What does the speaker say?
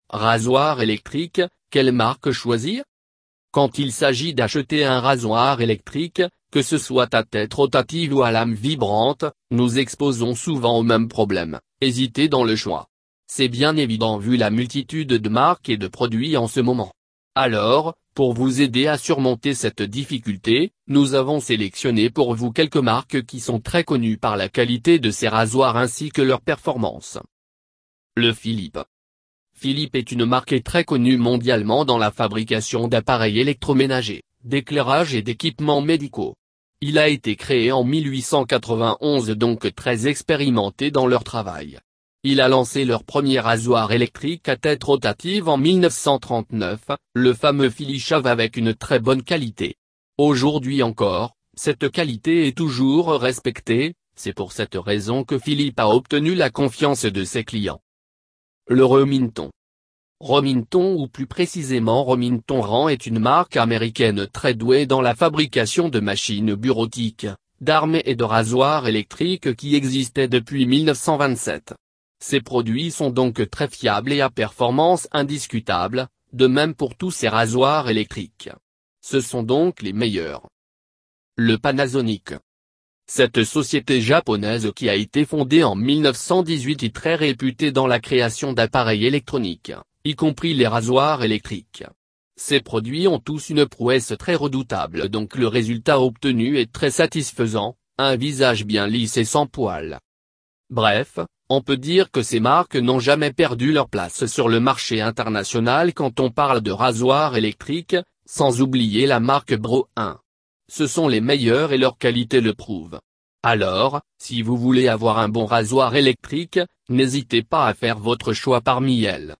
Rasoir électrique, quelle marque choisir? Quand il s'agit d'acheter un rasoir électrique, que ce soit à tête rotative ou à lame vibrante, nous exposons souvent au même problème, hésiter dans le choix. C'est bien évident vu la multitude de marques et de produits en ce moment. Alors, pour vous aider à surmonter cette difficulté, nous avons sélectionné pour vous quelques marques qui sont très connues par la qualité de ces rasoirs ainsi que leur performance. Le Philips. Philips est une marque très connue mondialement dans la fabrication d'appareils électroménagers, d'éclairage et d'équipements médicaux. Il a été créé en 1891 donc très expérimenté dans leur travail. Il a lancé leur premier rasoir électrique à tête rotative en 1939, le fameux Philips Shave avec une très bonne qualité. Aujourd'hui encore, cette qualité est toujours respectée, c'est pour cette raison que Philips a obtenu la confiance de ses clients. Le Remington. Remington ou plus précisément Remington Rand est une marque américaine très douée dans la fabrication de machines bureautiques, d'armes et de rasoirs électriques qui existaient depuis 1927. Ces produits sont donc très fiables et à performance indiscutable, de même pour tous ces rasoirs électriques. Ce sont donc les meilleurs. Le Panasonic. Cette société japonaise qui a été fondée en 1918 est très réputée dans la création d'appareils électroniques, y compris les rasoirs électriques. Ces produits ont tous une prouesse très redoutable donc le résultat obtenu est très satisfaisant, un visage bien lisse et sans poils. Bref, on peut dire que ces marques n'ont jamais perdu leur place sur le marché international quand on parle de rasoirs électriques, sans oublier la marque Bro 1. Ce sont les meilleurs et leur qualité le prouve. Alors, si vous voulez avoir un bon rasoir électrique, n'hésitez pas à faire votre choix parmi elles.